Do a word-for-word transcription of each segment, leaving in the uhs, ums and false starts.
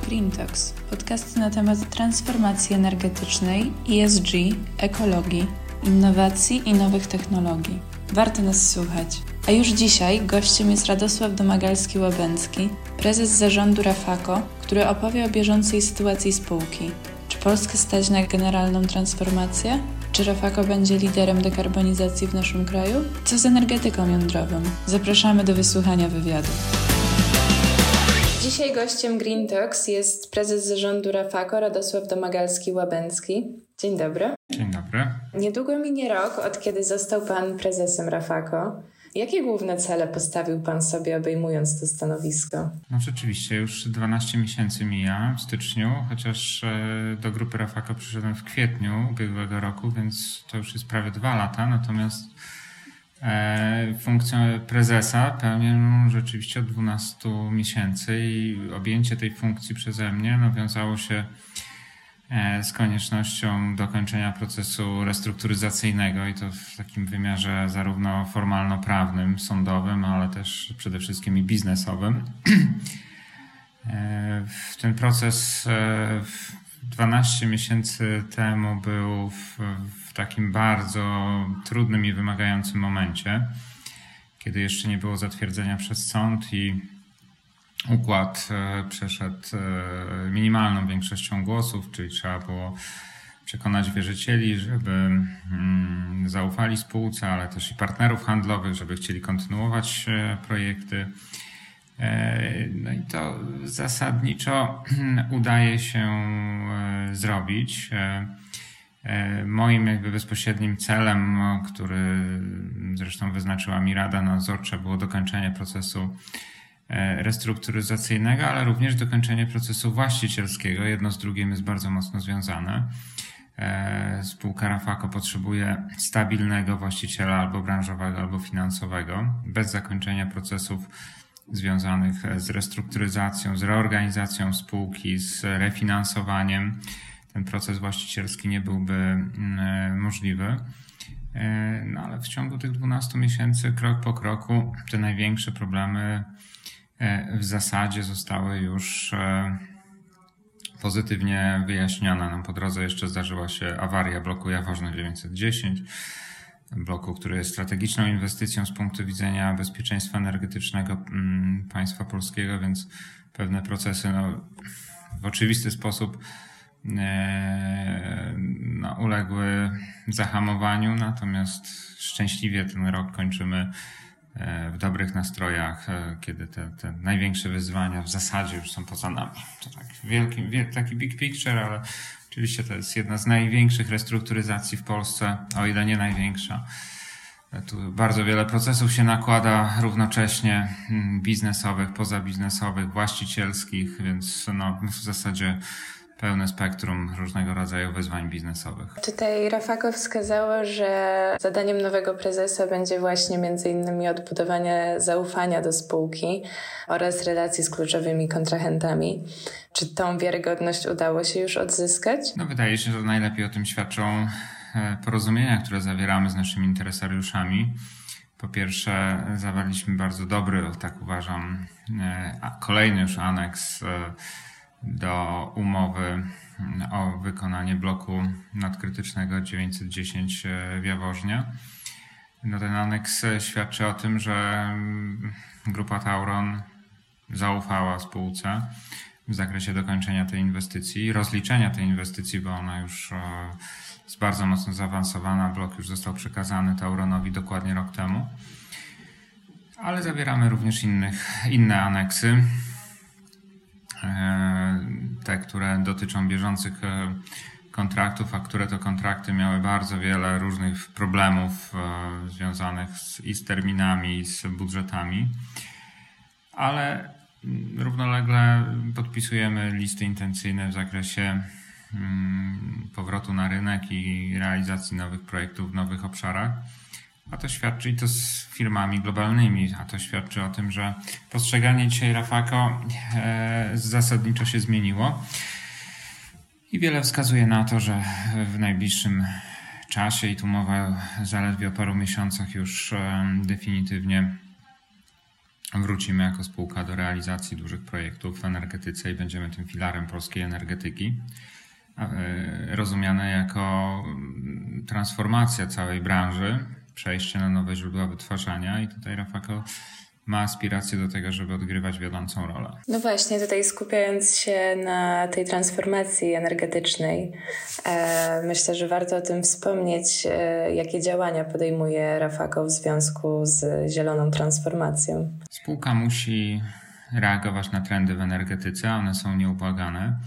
Green Talks, podcast na temat transformacji energetycznej, E S G, ekologii, innowacji i nowych technologii. Warto nas słuchać. A już dzisiaj gościem jest Radosław Domagalski-Łabęcki, prezes zarządu Rafako, który opowie o bieżącej sytuacji spółki. Czy Polskę stać na generalną transformację? Czy Rafako będzie liderem dekarbonizacji w naszym kraju? Co z energetyką jądrową? Zapraszamy do wysłuchania wywiadu. Dzisiaj gościem Green Talks jest prezes zarządu Rafako, Radosław Domagalski-Łabęcki. Dzień dobry. Dzień dobry. Niedługo minie rok, od kiedy został Pan prezesem Rafako. Jakie główne cele postawił Pan sobie, obejmując to stanowisko? No rzeczywiście, już dwanaście miesięcy mija w styczniu, chociaż do grupy Rafako przyszedłem w kwietniu ubiegłego roku, więc to już jest prawie dwa lata. Natomiast funkcję prezesa pełnię rzeczywiście od dwunastu miesięcy i objęcie tej funkcji przeze mnie no, wiązało się z koniecznością dokończenia procesu restrukturyzacyjnego i to w takim wymiarze zarówno formalno-prawnym, sądowym, ale też przede wszystkim i biznesowym. Ten proces dwanaście miesięcy temu był w, w takim bardzo trudnym i wymagającym momencie, kiedy jeszcze nie było zatwierdzenia przez sąd i układ przeszedł minimalną większością głosów, czyli trzeba było przekonać wierzycieli, żeby zaufali spółce, ale też i partnerów handlowych, żeby chcieli kontynuować projekty. No i to zasadniczo udaje się zrobić. Moim jakby bezpośrednim celem, który zresztą wyznaczyła mi Rada Nadzorcza, było dokończenie procesu restrukturyzacyjnego, ale również dokończenie procesu właścicielskiego. Jedno z drugim jest bardzo mocno związane. Spółka Rafako potrzebuje stabilnego właściciela albo branżowego, albo finansowego. Bez zakończenia procesów związanych z restrukturyzacją, z reorganizacją spółki, z refinansowaniem, ten proces właścicielski nie byłby możliwy. No ale w ciągu tych dwunastu miesięcy, krok po kroku, te największe problemy w zasadzie zostały już pozytywnie wyjaśnione. No, po drodze jeszcze zdarzyła się awaria bloku Jaworzno dziewięćset dziesięć, bloku, który jest strategiczną inwestycją z punktu widzenia bezpieczeństwa energetycznego państwa polskiego, więc pewne procesy no, w oczywisty sposób no, uległy zahamowaniu, natomiast szczęśliwie ten rok kończymy w dobrych nastrojach, kiedy te, te największe wyzwania w zasadzie już są poza nami. To tak wielki, taki big picture, ale oczywiście to jest jedna z największych restrukturyzacji w Polsce, o ile nie największa. Tu bardzo wiele procesów się nakłada równocześnie, biznesowych, pozabiznesowych, właścicielskich, więc no, w zasadzie pełne spektrum różnego rodzaju wyzwań biznesowych. Tutaj Rafako wskazało, że zadaniem nowego prezesa będzie właśnie między innymi odbudowanie zaufania do spółki oraz relacji z kluczowymi kontrahentami. Czy tą wiarygodność udało się już odzyskać? No wydaje się, że najlepiej o tym świadczą porozumienia, które zawieramy z naszymi interesariuszami. Po pierwsze, zawarliśmy bardzo dobry, tak uważam, kolejny już aneks do umowy o wykonanie bloku nadkrytycznego dziewięćset dziesięć w Jaworznie. No ten aneks świadczy o tym, że grupa Tauron zaufała spółce w zakresie dokończenia tej inwestycji, rozliczenia tej inwestycji, bo ona już jest bardzo mocno zaawansowana. Blok już został przekazany Tauronowi dokładnie rok temu. Ale zawieramy również innych, inne aneksy. Te, które dotyczą bieżących kontraktów, a które to kontrakty miały bardzo wiele różnych problemów związanych z, i z terminami, i z budżetami. Ale równolegle podpisujemy listy intencyjne w zakresie powrotu na rynek i realizacji nowych projektów w nowych obszarach. A to świadczy, i to z firmami globalnymi, a to świadczy o tym, że postrzeganie dzisiaj Rafako zasadniczo się zmieniło. I wiele wskazuje na to, że w najbliższym czasie, i tu mowa zaledwie o paru miesiącach, już definitywnie wrócimy jako spółka do realizacji dużych projektów w energetyce i będziemy tym filarem polskiej energetyki, rozumiane jako transformacja całej branży, przejście na nowe źródła wytwarzania i tutaj Rafako ma aspiracje do tego, żeby odgrywać wiodącą rolę. No właśnie, tutaj skupiając się na tej transformacji energetycznej, e, myślę, że warto o tym wspomnieć, e, jakie działania podejmuje Rafako w związku z zieloną transformacją. Spółka musi reagować na trendy w energetyce, one są nieubłagane.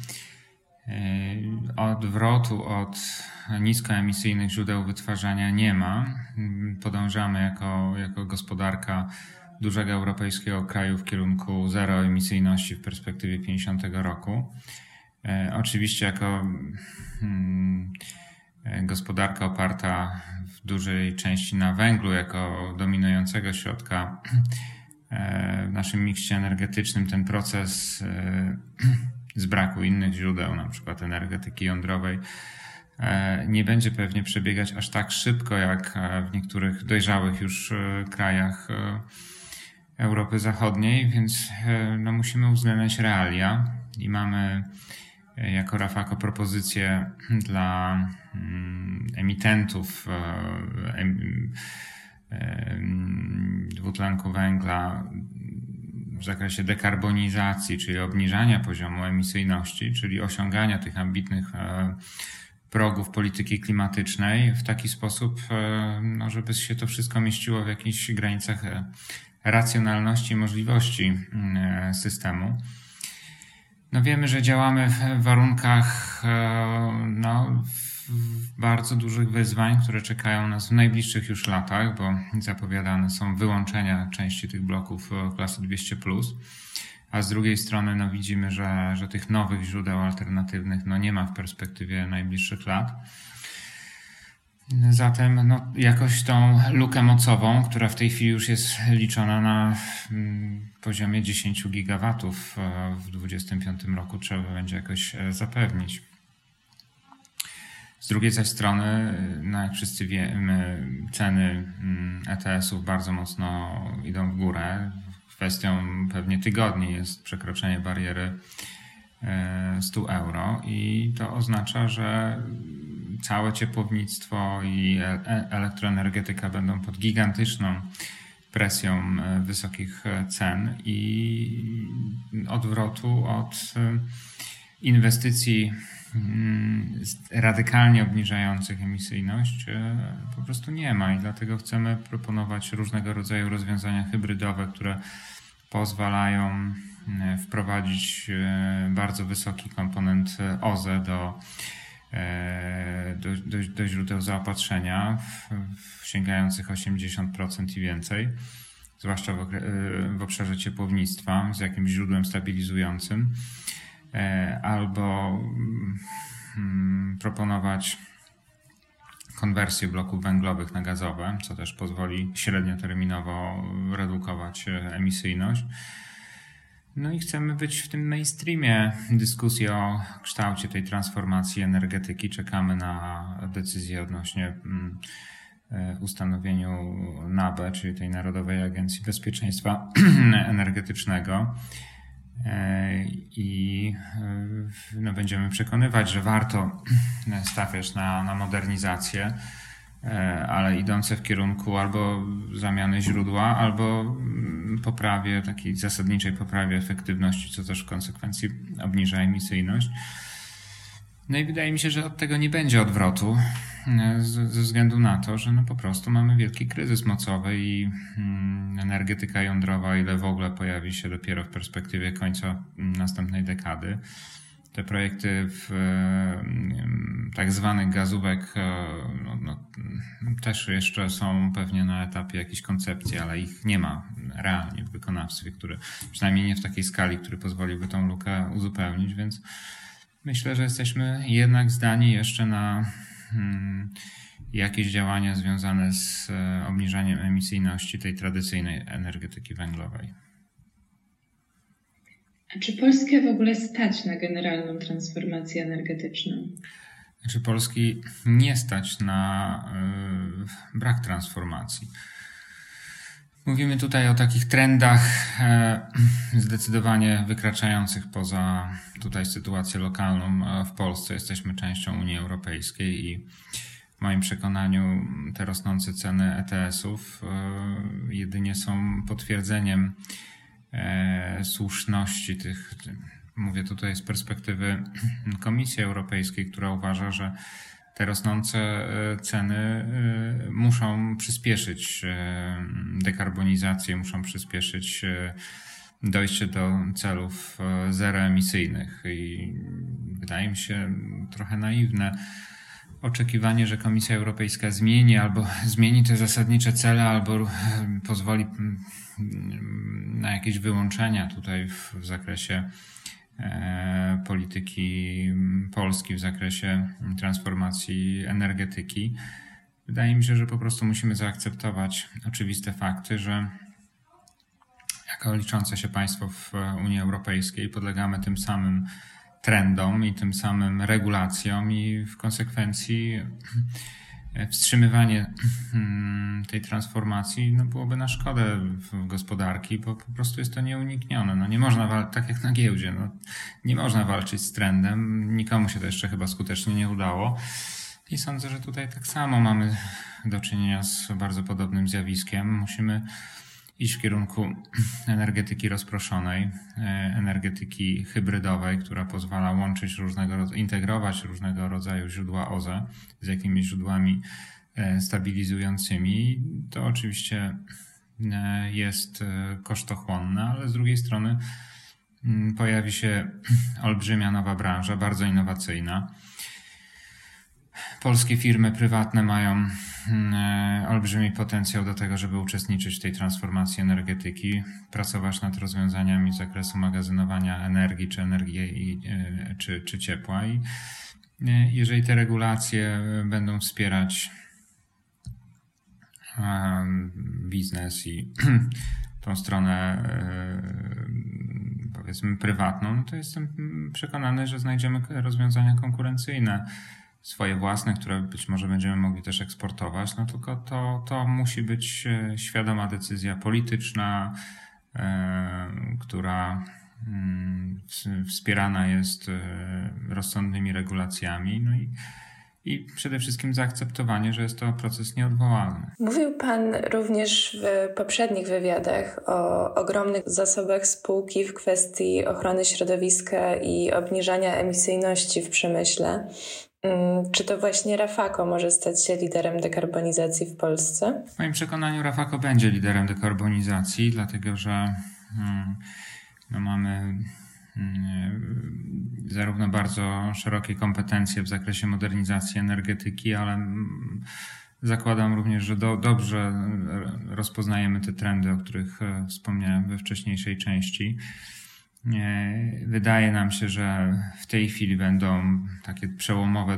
Odwrotu od niskoemisyjnych źródeł wytwarzania nie ma. Podążamy jako, jako gospodarka dużego europejskiego kraju w kierunku zeroemisyjności w perspektywie pięćdziesiątego roku. Oczywiście jako hmm, gospodarka oparta w dużej części na węglu jako dominującego środka w naszym miksie energetycznym ten proces z braku innych źródeł, na przykład energetyki jądrowej, nie będzie pewnie przebiegać aż tak szybko jak w niektórych dojrzałych już krajach Europy Zachodniej, więc no, musimy uwzględniać realia i mamy jako Rafako propozycję dla emitentów dwutlenku węgla w zakresie dekarbonizacji, czyli obniżania poziomu emisyjności, czyli osiągania tych ambitnych progów polityki klimatycznej w taki sposób, no, żeby się to wszystko mieściło w jakichś granicach racjonalności i możliwości systemu. No wiemy, że działamy w warunkach no, bardzo dużych wyzwań, które czekają nas w najbliższych już latach, bo zapowiadane są wyłączenia części tych bloków klasy dwieście plus, a z drugiej strony no, widzimy, że, że tych nowych źródeł alternatywnych no, nie ma w perspektywie najbliższych lat. Zatem no, jakoś tą lukę mocową, która w tej chwili już jest liczona na poziomie dziesięć gigawatów w dwudziestym piątym roku, trzeba będzie jakoś zapewnić. Z drugiej zaś strony, no jak wszyscy wiemy, ceny E T S-ów bardzo mocno idą w górę. Kwestią pewnie tygodni jest przekroczenie bariery stu euro i to oznacza, że całe ciepłownictwo i elektroenergetyka będą pod gigantyczną presją wysokich cen i odwrotu od inwestycji radykalnie obniżających emisyjność po prostu nie ma i dlatego chcemy proponować różnego rodzaju rozwiązania hybrydowe, które pozwalają wprowadzić bardzo wysoki komponent O Z E do, do, do, do źródeł zaopatrzenia w, w sięgających osiemdziesiąt procent i więcej, zwłaszcza w, w obszarze ciepłownictwa z jakimś źródłem stabilizującym, albo proponować konwersję bloków węglowych na gazowe, co też pozwoli średnioterminowo redukować emisyjność. No i chcemy być w tym mainstreamie dyskusji o kształcie tej transformacji energetyki. Czekamy na decyzję odnośnie ustanowieniu N A B E, czyli tej Narodowej Agencji Bezpieczeństwa Energetycznego. I no, będziemy przekonywać, że warto stawiać na, na modernizację, ale idące w kierunku albo zamiany źródła, albo poprawie, takiej zasadniczej poprawie efektywności, co też w konsekwencji obniża emisyjność. No i wydaje mi się, że od tego nie będzie odwrotu, ze względu na to, że no po prostu mamy wielki kryzys mocowy i energetyka jądrowa, ile w ogóle pojawi się dopiero w perspektywie końca następnej dekady. Te projekty w tak zwanych gazówek no, no, też jeszcze są pewnie na etapie jakiejś koncepcji, ale ich nie ma realnie w wykonawstwie, które, przynajmniej nie w takiej skali, który pozwoliłby tą lukę uzupełnić, więc myślę, że jesteśmy jednak zdani jeszcze na hmm, jakieś działania związane z obniżaniem emisyjności tej tradycyjnej energetyki węglowej. A czy Polskę w ogóle stać na generalną transformację energetyczną? Czy Polski nie stać na y, brak transformacji? Mówimy tutaj o takich trendach zdecydowanie wykraczających poza tutaj sytuację lokalną w Polsce. Jesteśmy częścią Unii Europejskiej i w moim przekonaniu te rosnące ceny E T S-ów jedynie są potwierdzeniem słuszności tych, mówię tutaj z perspektywy Komisji Europejskiej, która uważa, że te rosnące ceny muszą przyspieszyć dekarbonizację, muszą przyspieszyć dojście do celów zeroemisyjnych. I wydaje mi się trochę naiwne oczekiwanie, że Komisja Europejska zmieni albo zmieni te zasadnicze cele, albo pozwoli na jakieś wyłączenia tutaj w, w zakresie polityki Polski, w zakresie transformacji energetyki. Wydaje mi się, że po prostu musimy zaakceptować oczywiste fakty, że jako liczące się państwo w Unii Europejskiej podlegamy tym samym trendom i tym samym regulacjom i w konsekwencji wstrzymywanie tej transformacji no byłoby na szkodę gospodarki, bo po prostu jest to nieuniknione. No nie można walczyć, tak jak na giełdzie, no nie można walczyć z trendem. Nikomu się to jeszcze chyba skutecznie nie udało. I sądzę, że tutaj tak samo mamy do czynienia z bardzo podobnym zjawiskiem. Musimy iść w kierunku energetyki rozproszonej, energetyki hybrydowej, która pozwala łączyć różnego, integrować różnego rodzaju źródła O Z E z jakimiś źródłami stabilizującymi. To oczywiście jest kosztochłonne, ale z drugiej strony pojawi się olbrzymia nowa branża, bardzo innowacyjna. Polskie firmy prywatne mają olbrzymi potencjał do tego, żeby uczestniczyć w tej transformacji energetyki, pracować nad rozwiązaniami z zakresu magazynowania energii, czy energii, czy, czy ciepła. I jeżeli te regulacje będą wspierać biznes i tą stronę, powiedzmy, prywatną, no to jestem przekonany, że znajdziemy rozwiązania konkurencyjne, swoje własne, które być może będziemy mogli też eksportować, no tylko to, to musi być świadoma decyzja polityczna, e, która m, wspierana jest rozsądnymi regulacjami, no i, i przede wszystkim zaakceptowanie, że jest to proces nieodwołalny. Mówił Pan również w poprzednich wywiadach o ogromnych zasobach spółki w kwestii ochrony środowiska i obniżania emisyjności w przemyśle. Czy to właśnie Rafako może stać się liderem dekarbonizacji w Polsce? W moim przekonaniu Rafako będzie liderem dekarbonizacji, dlatego że no, mamy zarówno bardzo szerokie kompetencje w zakresie modernizacji energetyki, ale zakładam również, że do, dobrze rozpoznajemy te trendy, o których wspomniałem we wcześniejszej części. Wydaje nam się, że w tej chwili będą takie przełomowe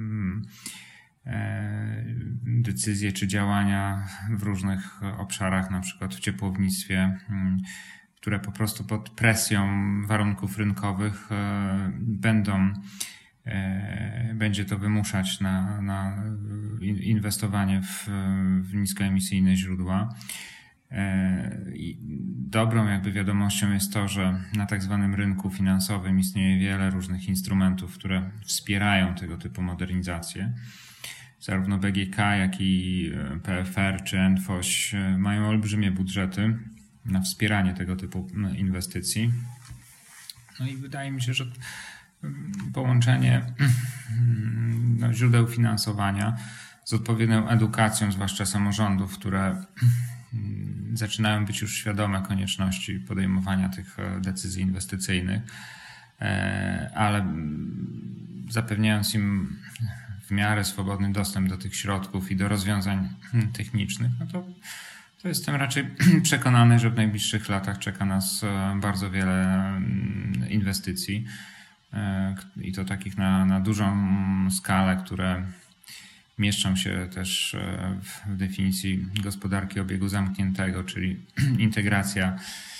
decyzje czy działania w różnych obszarach, na przykład w ciepłownictwie, które po prostu pod presją warunków rynkowych będą, będzie to wymuszać na, na inwestowanie w, w niskoemisyjne źródła. I dobrą jakby wiadomością jest to, że na tak zwanym rynku finansowym istnieje wiele różnych instrumentów, które wspierają tego typu modernizację. Zarówno B G K, jak i P F R czy NFOŚ mają olbrzymie budżety na wspieranie tego typu inwestycji. No i wydaje mi się, że połączenie no, źródeł finansowania z odpowiednią edukacją, zwłaszcza samorządów, które zaczynają być już świadome konieczności podejmowania tych decyzji inwestycyjnych, ale zapewniając im w miarę swobodny dostęp do tych środków i do rozwiązań technicznych, no to, to jestem raczej przekonany, że w najbliższych latach czeka nas bardzo wiele inwestycji i to takich na, na dużą skalę, które mieszczą się też w definicji gospodarki obiegu zamkniętego, czyli integracja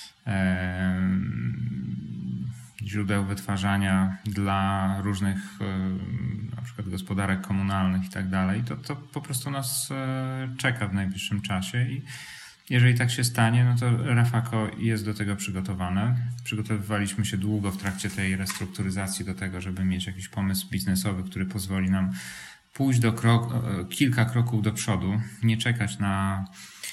źródeł wytwarzania dla różnych na przykład gospodarek komunalnych i tak dalej. To, to po prostu nas czeka w najbliższym czasie i Jeżeli tak się stanie, no to Rafako jest do tego przygotowane. Przygotowywaliśmy się długo w trakcie tej restrukturyzacji do tego, żeby mieć jakiś pomysł biznesowy, który pozwoli nam pójść do krok, kilka kroków do przodu, nie czekać na,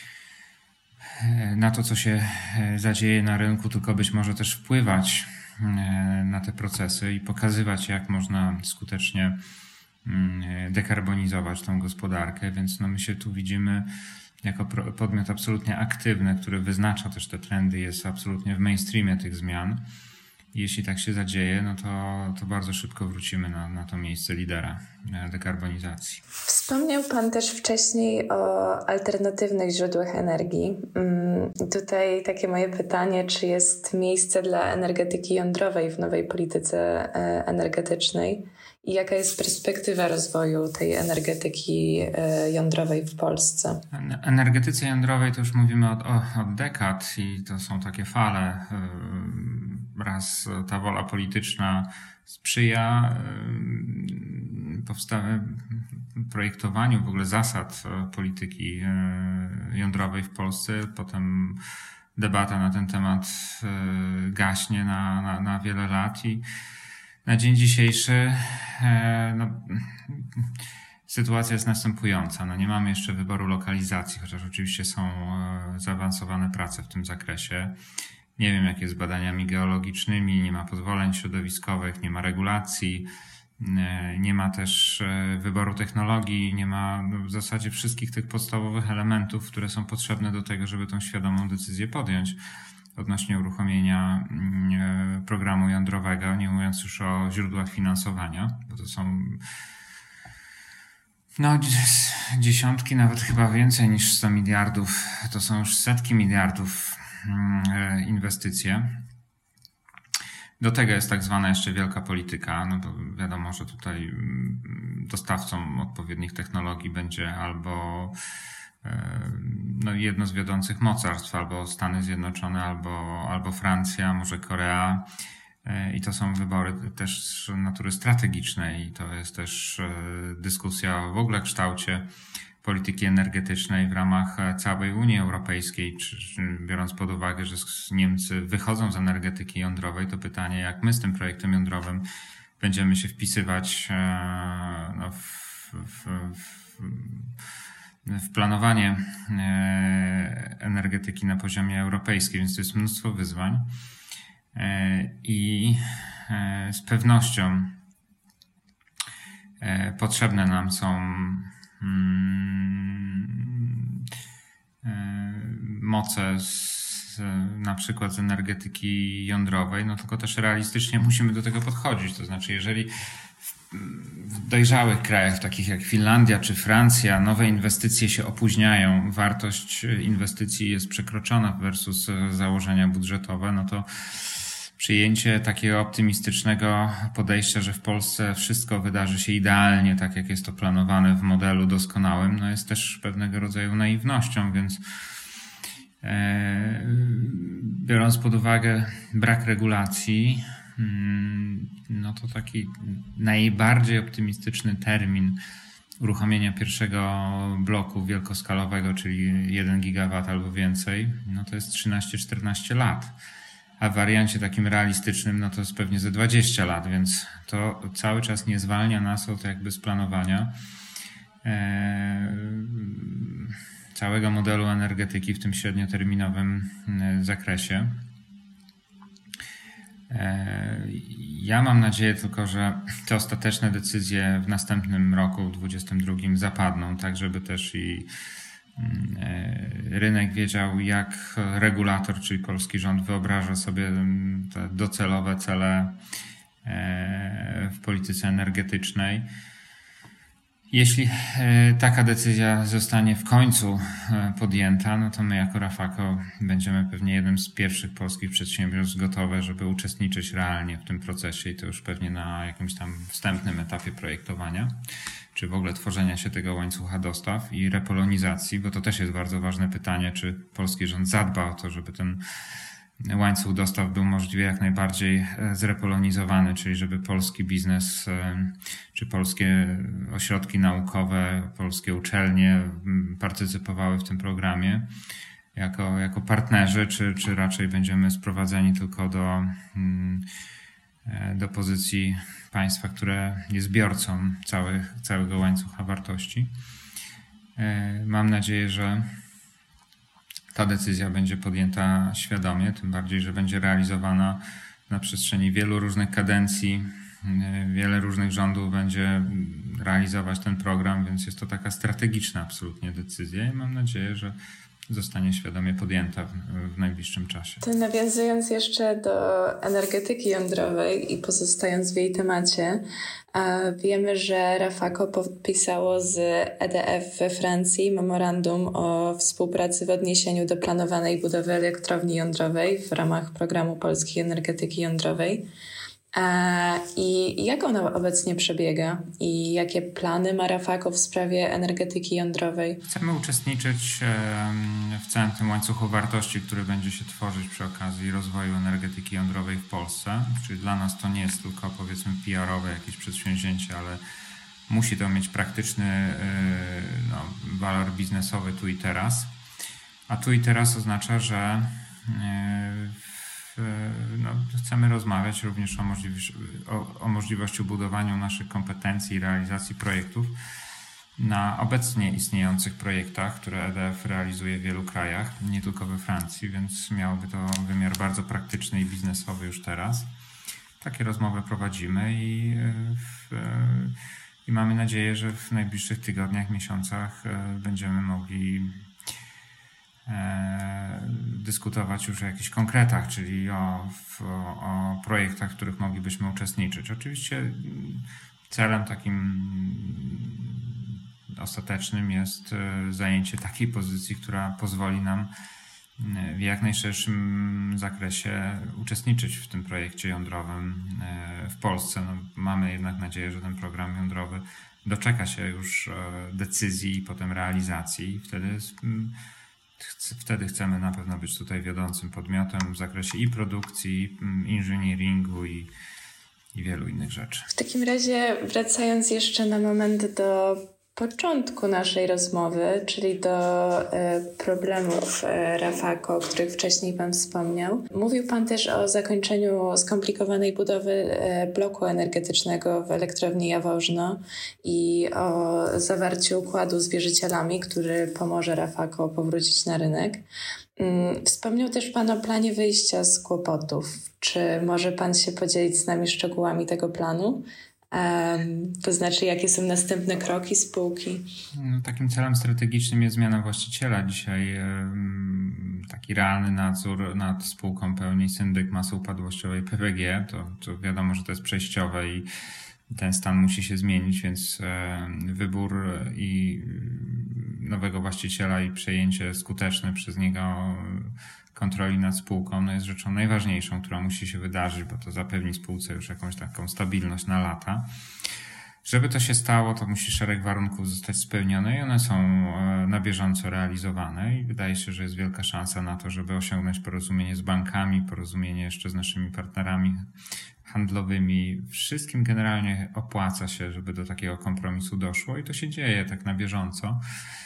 na to, co się zadzieje na rynku, tylko być może też wpływać na te procesy i pokazywać, jak można skutecznie dekarbonizować tą gospodarkę. Więc no my się tu widzimy jako podmiot absolutnie aktywny, który wyznacza też te trendy, jest absolutnie w mainstreamie tych zmian. Jeśli tak się zadzieje, no to, to bardzo szybko wrócimy na, na to miejsce lidera dekarbonizacji. Wspomniał Pan też wcześniej o alternatywnych źródłach energii. Tutaj takie moje pytanie, czy jest miejsce dla energetyki jądrowej w nowej polityce energetycznej i jaka jest perspektywa rozwoju tej energetyki jądrowej w Polsce? Energetyce jądrowej to już mówimy od, od dekad i to są takie fale. Raz ta wola polityczna sprzyja powstawę, projektowaniu w ogóle zasad polityki jądrowej w Polsce, potem debata na ten temat gaśnie na, na, na wiele lat i na dzień dzisiejszy no, sytuacja jest następująca. No, nie mamy jeszcze wyboru lokalizacji, chociaż oczywiście są zaawansowane prace w tym zakresie. Nie wiem, jak jest z badaniami geologicznymi, nie ma pozwoleń środowiskowych, nie ma regulacji, nie ma też wyboru technologii, nie ma w zasadzie wszystkich tych podstawowych elementów, które są potrzebne do tego, żeby tą świadomą decyzję podjąć odnośnie uruchomienia programu jądrowego, nie mówiąc już o źródłach finansowania, bo to są no, dziesiątki, nawet chyba więcej niż sto miliardów, to są już setki miliardów inwestycje. Do tego jest tak zwana jeszcze wielka polityka, no bo wiadomo, że tutaj dostawcą odpowiednich technologii będzie albo no, jedno z wiodących mocarstw, albo Stany Zjednoczone, albo, albo Francja, może Korea. I to są wybory też natury strategicznej i to jest też dyskusja o w ogóle kształcie polityki energetycznej w ramach całej Unii Europejskiej, czy, czy biorąc pod uwagę, że Niemcy wychodzą z energetyki jądrowej, to pytanie, jak my z tym projektem jądrowym będziemy się wpisywać no, w, w, w, w planowanie energetyki na poziomie europejskim, więc to jest mnóstwo wyzwań i z pewnością potrzebne nam są moce z, na przykład z energetyki jądrowej, no tylko też realistycznie musimy do tego podchodzić. To znaczy, jeżeli w dojrzałych krajach, takich jak Finlandia czy Francja, nowe inwestycje się opóźniają, wartość inwestycji jest przekroczona versus założenia budżetowe, no to przyjęcie takiego optymistycznego podejścia, że w Polsce wszystko wydarzy się idealnie, tak jak jest to planowane w modelu doskonałym, no jest też pewnego rodzaju naiwnością, więc e, biorąc pod uwagę brak regulacji, no to taki najbardziej optymistyczny termin uruchomienia pierwszego bloku wielkoskalowego, czyli jeden gigawat albo więcej, no to jest trzynaście czternaście lat. A w wariancie takim realistycznym, no to jest pewnie ze dwadzieścia lat, więc to cały czas nie zwalnia nas od jakby z planowania e, całego modelu energetyki w tym średnioterminowym zakresie. E, ja mam nadzieję tylko, że te ostateczne decyzje w następnym roku, dwudziestym drugim, zapadną, tak żeby też i rynek wiedział, jak regulator, czyli polski rząd, wyobraża sobie te docelowe cele w polityce energetycznej. Jeśli taka decyzja zostanie w końcu podjęta, no to my jako Rafako będziemy pewnie jednym z pierwszych polskich przedsiębiorstw gotowe, żeby uczestniczyć realnie w tym procesie i to już pewnie na jakimś tam wstępnym etapie projektowania, czy w ogóle tworzenia się tego łańcucha dostaw i repolonizacji, bo to też jest bardzo ważne pytanie, czy polski rząd zadba o to, żeby ten łańcuch dostaw był możliwie jak najbardziej zrepolonizowany, czyli żeby polski biznes czy polskie ośrodki naukowe, polskie uczelnie partycypowały w tym programie jako, jako partnerzy, czy, czy raczej będziemy sprowadzeni tylko do, do pozycji państwa, które jest zbiorcą całych, całego łańcucha wartości. Mam nadzieję, że ta decyzja będzie podjęta świadomie, tym bardziej, że będzie realizowana na przestrzeni wielu różnych kadencji. Wiele różnych rządów będzie realizować ten program, więc jest to taka strategiczna absolutnie decyzja i mam nadzieję, że zostanie świadomie podjęta w, w najbliższym czasie. To nawiązując jeszcze do energetyki jądrowej i pozostając w jej temacie, wiemy, że Rafako podpisało z E D F we Francji memorandum o współpracy w odniesieniu do planowanej budowy elektrowni jądrowej w ramach programu Polskiej Energetyki Jądrowej. I jak ona obecnie przebiega i jakie plany ma Rafako w sprawie energetyki jądrowej? Chcemy uczestniczyć w całym tym łańcuchu wartości, który będzie się tworzyć przy okazji rozwoju energetyki jądrowej w Polsce. Czyli dla nas to nie jest tylko, powiedzmy, P R-owe jakieś przedsięwzięcie, ale musi to mieć praktyczny no, walor biznesowy tu i teraz. A tu i teraz oznacza, że No, chcemy rozmawiać również o, możliwości, o, o możliwości budowania naszych kompetencji i realizacji projektów na obecnie istniejących projektach, które E D F realizuje w wielu krajach, nie tylko we Francji, więc miałoby to wymiar bardzo praktyczny i biznesowy już teraz. Takie rozmowy prowadzimy i, w, i mamy nadzieję, że w najbliższych tygodniach, miesiącach będziemy mogli dyskutować już o jakichś konkretach, czyli o, o, o projektach, w których moglibyśmy uczestniczyć. Oczywiście celem takim ostatecznym jest zajęcie takiej pozycji, która pozwoli nam w jak najszerszym zakresie uczestniczyć w tym projekcie jądrowym w Polsce. No, mamy jednak nadzieję, że ten program jądrowy doczeka się już decyzji i potem realizacji i wtedy Wtedy chcemy na pewno być tutaj wiodącym podmiotem w zakresie i produkcji, i inżynieringu i, i wielu innych rzeczy. W takim razie wracając jeszcze na moment do początku naszej rozmowy, czyli do e, problemów e, Rafako, o których wcześniej Pan wspomniał. Mówił Pan też o zakończeniu skomplikowanej budowy e, bloku energetycznego w elektrowni Jaworzno i o zawarciu układu z wierzycielami, który pomoże Rafako powrócić na rynek. Mm, wspomniał też Pan o planie wyjścia z kłopotów. Czy może Pan się podzielić z nami szczegółami tego planu? Um, to znaczy, jakie są następne kroki spółki? No, takim celem strategicznym jest zmiana właściciela. Dzisiaj um, taki realny nadzór nad spółką pełni syndyk masy upadłościowej P P G. To, to wiadomo, że to jest przejściowe i ten stan musi się zmienić, więc um, wybór i nowego właściciela i przejęcie skuteczne przez niego kontroli nad spółką no jest rzeczą najważniejszą, która musi się wydarzyć, bo to zapewni spółce już jakąś taką stabilność na lata. Żeby to się stało, to musi szereg warunków zostać spełnione i one są na bieżąco realizowane i wydaje się, że jest wielka szansa na to, żeby osiągnąć porozumienie z bankami, porozumienie jeszcze z naszymi partnerami handlowymi. Wszystkim generalnie opłaca się, żeby do takiego kompromisu doszło i to się dzieje tak na bieżąco.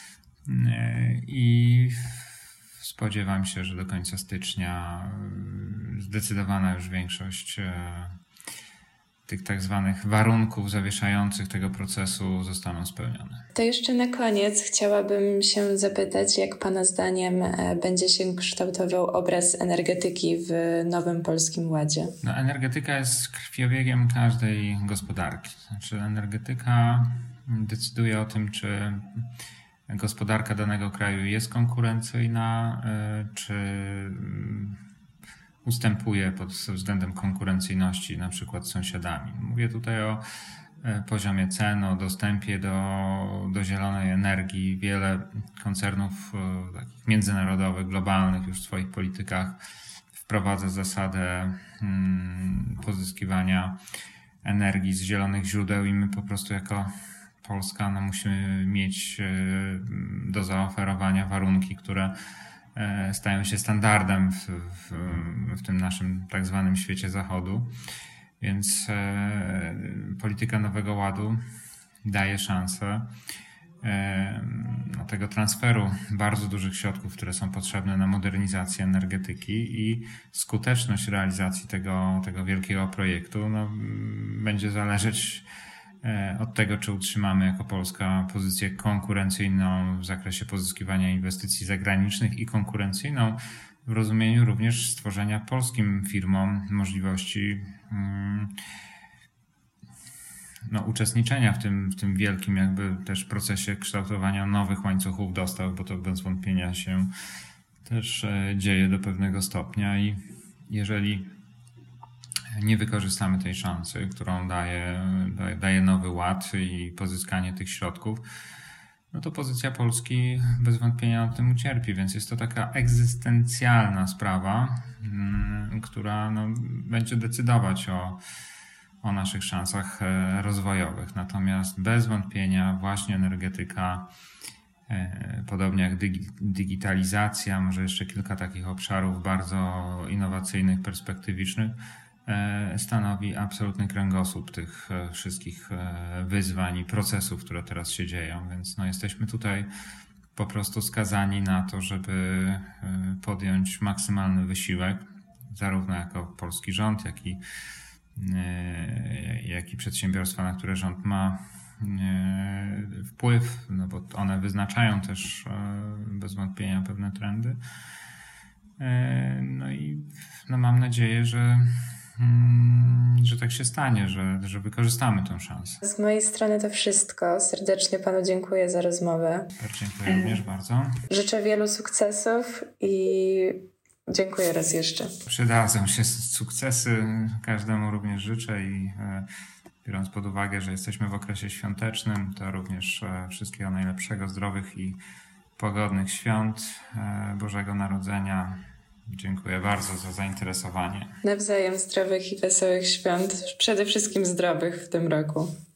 I spodziewam się, że do końca stycznia zdecydowana już większość tych tak zwanych warunków zawieszających tego procesu zostaną spełnione. To jeszcze na koniec chciałabym się zapytać, jak Pana zdaniem będzie się kształtował obraz energetyki w nowym Polskim Ładzie? No, energetyka jest krwiobiegiem każdej gospodarki. Znaczy energetyka decyduje o tym, czy gospodarka danego kraju jest konkurencyjna, czy ustępuje pod względem konkurencyjności na przykład z sąsiadami. Mówię tutaj o poziomie cen, o dostępie do, do zielonej energii. Wiele koncernów takich międzynarodowych, globalnych już w swoich politykach wprowadza zasadę pozyskiwania energii z zielonych źródeł i my po prostu jako Polska no, musimy mieć do zaoferowania warunki, które stają się standardem w, w, w tym naszym tak zwanym świecie zachodu. Więc polityka Nowego Ładu daje szansę no, tego transferu bardzo dużych środków, które są potrzebne na modernizację energetyki i skuteczność realizacji tego, tego wielkiego projektu no, będzie zależeć od tego, czy utrzymamy jako Polska pozycję konkurencyjną w zakresie pozyskiwania inwestycji zagranicznych i konkurencyjną w rozumieniu również stworzenia polskim firmom możliwości no, uczestniczenia w tym, w tym wielkim jakby też procesie kształtowania nowych łańcuchów dostaw, bo to bez wątpienia się też dzieje do pewnego stopnia i jeżeli nie wykorzystamy tej szansy, którą daje, daje, daje Nowy Ład i pozyskanie tych środków, no to pozycja Polski bez wątpienia na tym ucierpi, więc jest to taka egzystencjalna sprawa, która no, będzie decydować o, o naszych szansach rozwojowych. Natomiast bez wątpienia właśnie energetyka, podobnie jak digitalizacja, może jeszcze kilka takich obszarów bardzo innowacyjnych, perspektywicznych, stanowi absolutny kręgosłup tych wszystkich wyzwań i procesów, które teraz się dzieją. Więc no, jesteśmy tutaj po prostu skazani na to, żeby podjąć maksymalny wysiłek, zarówno jako polski rząd, jak i, jak i przedsiębiorstwa, na które rząd ma wpływ, no bo one wyznaczają też bez wątpienia pewne trendy. No i no, mam nadzieję, że że tak się stanie, że, że wykorzystamy tę szansę. Z mojej strony to wszystko. Serdecznie Panu dziękuję za rozmowę. Dziękuję również bardzo. Życzę wielu sukcesów i dziękuję raz jeszcze. Przydadzą się sukcesy, każdemu również życzę i biorąc pod uwagę, że jesteśmy w okresie świątecznym, to również wszystkiego najlepszego, zdrowych i pogodnych świąt Bożego Narodzenia. Dziękuję bardzo za zainteresowanie. Nawzajem zdrowych i wesołych świąt, przede wszystkim zdrowych w tym roku.